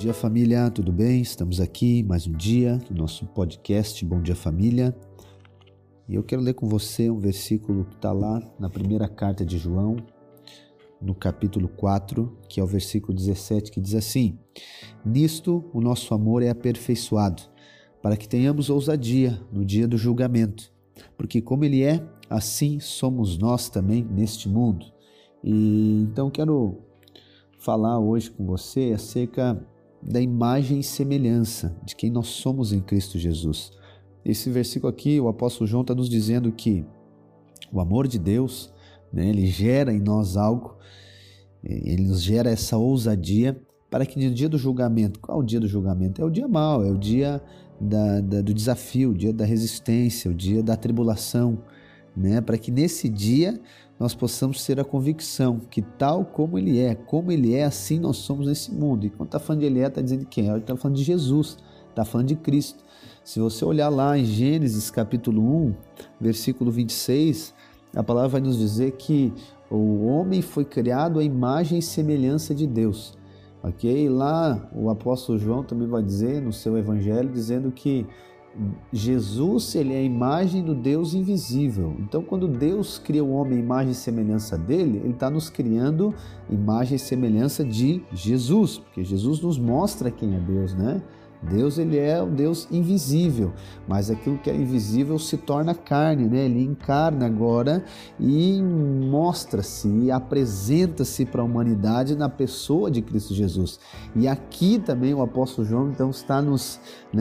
dia, família, tudo bem? Estamos aqui mais um dia no nosso podcast Bom Dia Família. E eu quero ler com você um versículo que está lá na primeira carta de João, no capítulo 4, que é o versículo 17, que diz assim: Nisto o nosso amor é aperfeiçoado, para que tenhamos ousadia no dia do julgamento, porque como Ele é, assim somos nós também neste mundo. E então quero falar hoje com você acerca da imagem e semelhança de quem nós somos em Cristo Jesus. Esse versículo aqui, o apóstolo João está nos dizendo que o amor de Deus, ele gera em nós algo, ele nos gera essa ousadia para que no dia do julgamento, qual é o dia do julgamento? É o dia mau, é o dia do desafio, o dia da resistência, o dia da tribulação, para que nesse dia nós possamos ter a convicção que tal como Ele é, assim nós somos nesse mundo. E quando está falando de Ele está dizendo de quem? Ele está falando de Jesus, está falando de Cristo. Se você olhar lá em Gênesis capítulo 1, versículo 26, a palavra vai nos dizer que o homem foi criado à imagem e semelhança de Deus. Ok? Lá o apóstolo João também vai dizer no seu evangelho, dizendo que Jesus, ele é a imagem do Deus invisível. Então, quando Deus cria o homem, imagem e semelhança dele, ele está nos criando imagem e semelhança de Jesus, porque Jesus nos mostra quem é Deus, Deus, ele é o Deus invisível, mas aquilo que é invisível se torna carne, Ele encarna agora e mostra-se e apresenta-se para a humanidade na pessoa de Cristo Jesus. E aqui também o apóstolo João então está nos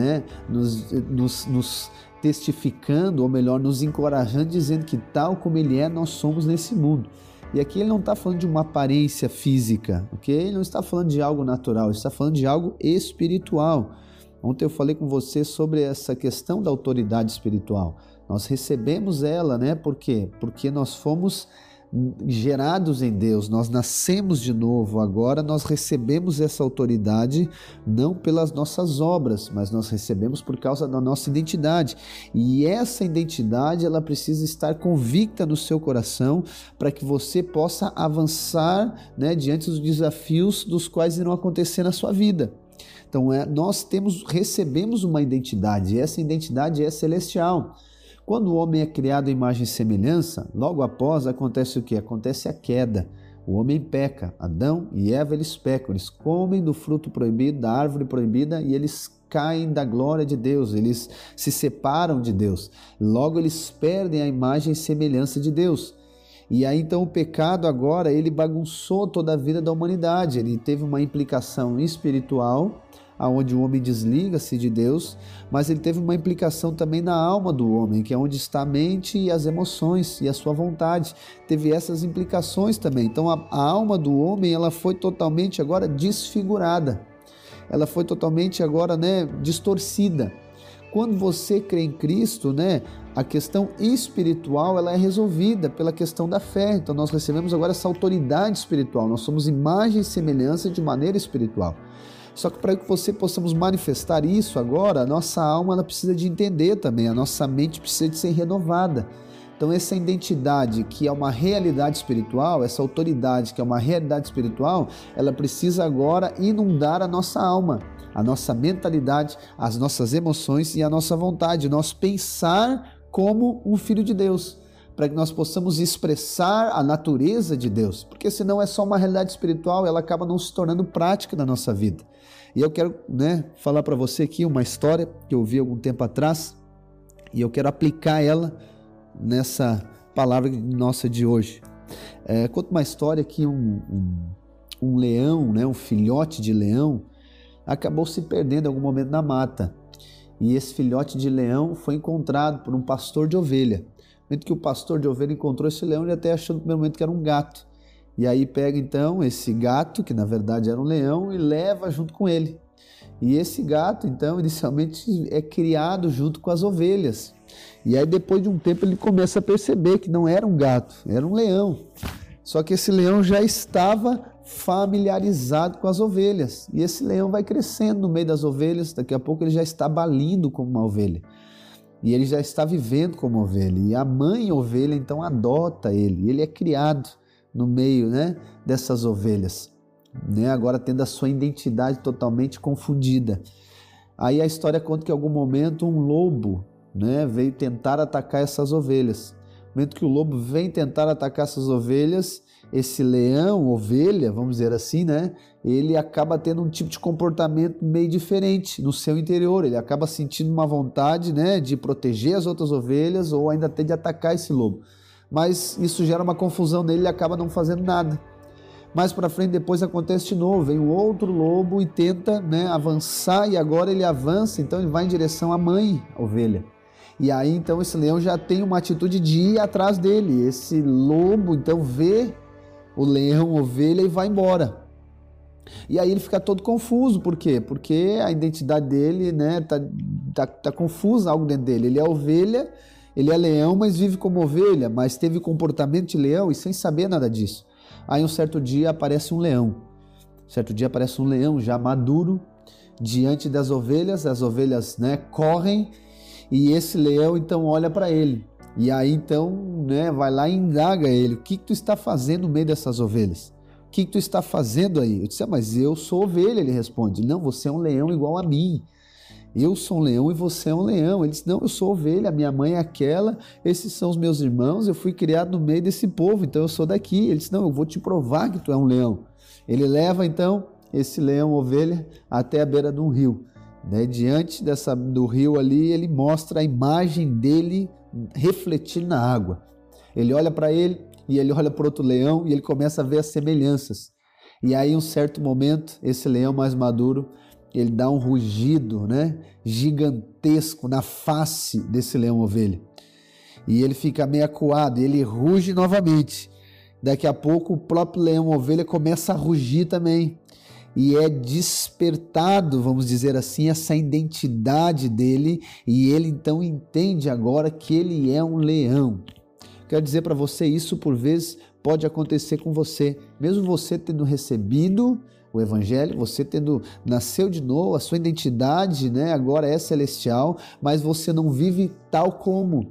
testificando, ou melhor, nos encorajando, dizendo que tal como Ele é, nós somos nesse mundo. E aqui ele não está falando de uma aparência física, ok? Ele não está falando de algo natural, ele está falando de algo espiritual. Ontem eu falei com você sobre essa questão da autoridade espiritual. Nós recebemos ela, Por quê? Porque nós fomos gerados em Deus, nós nascemos de novo, agora nós recebemos essa autoridade não pelas nossas obras, mas nós recebemos por causa da nossa identidade. E essa identidade, ela precisa estar convicta no seu coração para que você possa avançar, diante dos desafios dos quais irão acontecer na sua vida. Então, nós recebemos uma identidade, e essa identidade é celestial. Quando o homem é criado em imagem e semelhança, logo após acontece o quê? Acontece a queda. O homem peca. Adão e Eva, eles pecam. Eles comem do fruto proibido, da árvore proibida, e eles caem da glória de Deus. Eles se separam de Deus. Logo, eles perdem a imagem e semelhança de Deus. E aí então o pecado agora, ele bagunçou toda a vida da humanidade. Ele teve uma implicação espiritual, onde o homem desliga-se de Deus, mas ele teve uma implicação também na alma do homem, que é onde está a mente e as emoções e a sua vontade. Teve essas implicações também. Então a alma do homem, ela foi totalmente agora desfigurada. Ela foi totalmente agora, distorcida. Quando você crê em Cristo, a questão espiritual, ela é resolvida pela questão da fé. Então nós recebemos agora essa autoridade espiritual. Nós somos imagem e semelhança de maneira espiritual. Só que para que você possamos manifestar isso agora, a nossa alma ela precisa de entender também, a nossa mente precisa de ser renovada. Então essa identidade que é uma realidade espiritual, essa autoridade que é uma realidade espiritual, ela precisa agora inundar a nossa alma, a nossa mentalidade, as nossas emoções e a nossa vontade, nós pensar como um filho de Deus, para que nós possamos expressar a natureza de Deus, porque senão é só uma realidade espiritual, ela acaba não se tornando prática na nossa vida. E eu quero falar para você aqui uma história que eu ouvi algum tempo atrás, e eu quero aplicar ela nessa palavra nossa de hoje. Conta uma história que um leão, um filhote de leão, acabou se perdendo em algum momento na mata. E esse filhote de leão foi encontrado por um pastor de ovelha. No momento que o pastor de ovelha encontrou esse leão, ele até achou no primeiro momento que era um gato. E aí pega então esse gato, que na verdade era um leão, e leva junto com ele. E esse gato então inicialmente é criado junto com as ovelhas. E aí depois de um tempo ele começa a perceber que não era um gato, era um leão. Só que esse leão já estava familiarizado com as ovelhas. E esse leão vai crescendo no meio das ovelhas, daqui a pouco ele já está balindo como uma ovelha. E ele já está vivendo como ovelha. E a mãe ovelha então adota ele. E ele é criado no meio dessas ovelhas. né? Agora tendo a sua identidade totalmente confundida. Aí a história conta que em algum momento um lobo, né, veio tentar atacar essas ovelhas. No momento que o lobo vem tentar atacar essas ovelhas, esse leão, ovelha, vamos dizer assim, né, ele acaba tendo um tipo de comportamento meio diferente no seu interior. Ele acaba sentindo uma vontade, né, de proteger as outras ovelhas ou ainda até de atacar esse lobo. Mas isso gera uma confusão nele e ele acaba não fazendo nada. Mais para frente, depois acontece de novo, vem um outro lobo e tenta, né, avançar, e agora ele avança, então ele vai em direção à mãe, a ovelha. E aí então esse leão já tem uma atitude de ir atrás dele. Esse lobo então vê o leão, a ovelha, e vai embora. E aí ele fica todo confuso, por quê? Porque a identidade dele, né, tá confusa algo dentro dele. Ele é ovelha, ele é leão, mas vive como ovelha, mas teve comportamento de leão e sem saber nada disso. Aí um certo dia aparece um leão. Já maduro diante das ovelhas. As ovelhas, né, correm e esse leão então olha para ele. E aí então, né, vai lá e indaga ele. O que tu está fazendo no meio dessas ovelhas? O que tu está fazendo aí? Eu disse, mas eu sou ovelha. Ele responde, não, você é um leão igual a mim. Eu sou um leão e você é um leão. Ele disse, não, eu sou ovelha, minha mãe é aquela, esses são os meus irmãos, eu fui criado no meio desse povo, então eu sou daqui. Ele disse, não, eu vou te provar que tu é um leão. Ele leva então esse leão, ovelha, até a beira de um rio. Diante do rio ali, ele mostra a imagem dele refletir na água. Ele olha para ele e ele olha para outro leão e ele começa a ver as semelhanças. E aí, em um certo momento, esse leão mais maduro, ele dá um rugido, né, gigantesco na face desse leão ovelha. E ele fica meio acuado, e ele ruge novamente. Daqui a pouco o próprio leão ovelha começa a rugir também. E é despertado, vamos dizer assim, essa identidade dele, e ele então entende agora que ele é um leão. Quero dizer para você, isso por vezes pode acontecer com você, mesmo você tendo recebido o Evangelho, você nasceu de novo, a sua identidade, né, agora é celestial, mas você não vive tal como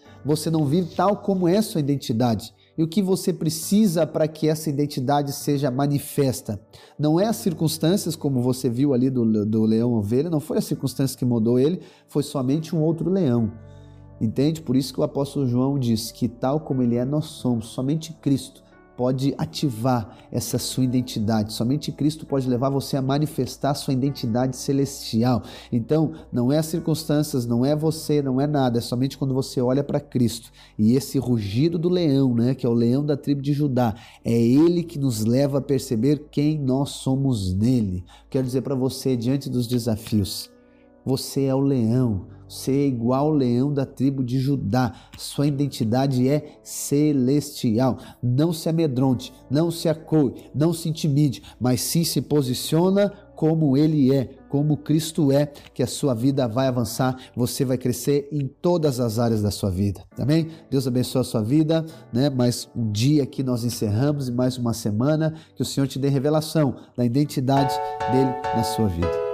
é a sua identidade. E o que você precisa para que essa identidade seja manifesta? Não é as circunstâncias, como você viu ali do leão ovelha, não foi a circunstância que mudou ele, foi somente um outro leão. Entende? Por isso que o apóstolo João diz que tal como ele é, nós somos. Somente Cristo pode ativar essa sua identidade. Somente Cristo pode levar você a manifestar sua identidade celestial. Então, não é as circunstâncias, não é você, não é nada. É somente quando você olha para Cristo. E esse rugido do leão, né, que é o leão da tribo de Judá, é ele que nos leva a perceber quem nós somos nele. Quero dizer para você, diante dos desafios, você é o leão, você é igual ao leão da tribo de Judá, sua identidade é celestial. Não se amedronte, não se acuie, não se intimide, mas sim se posiciona como ele é, como Cristo é, que a sua vida vai avançar, você vai crescer em todas as áreas da sua vida, amém? Deus abençoe a sua vida, né? Mais um dia que nós encerramos e mais uma semana, que o Senhor te dê revelação da identidade dele na sua vida.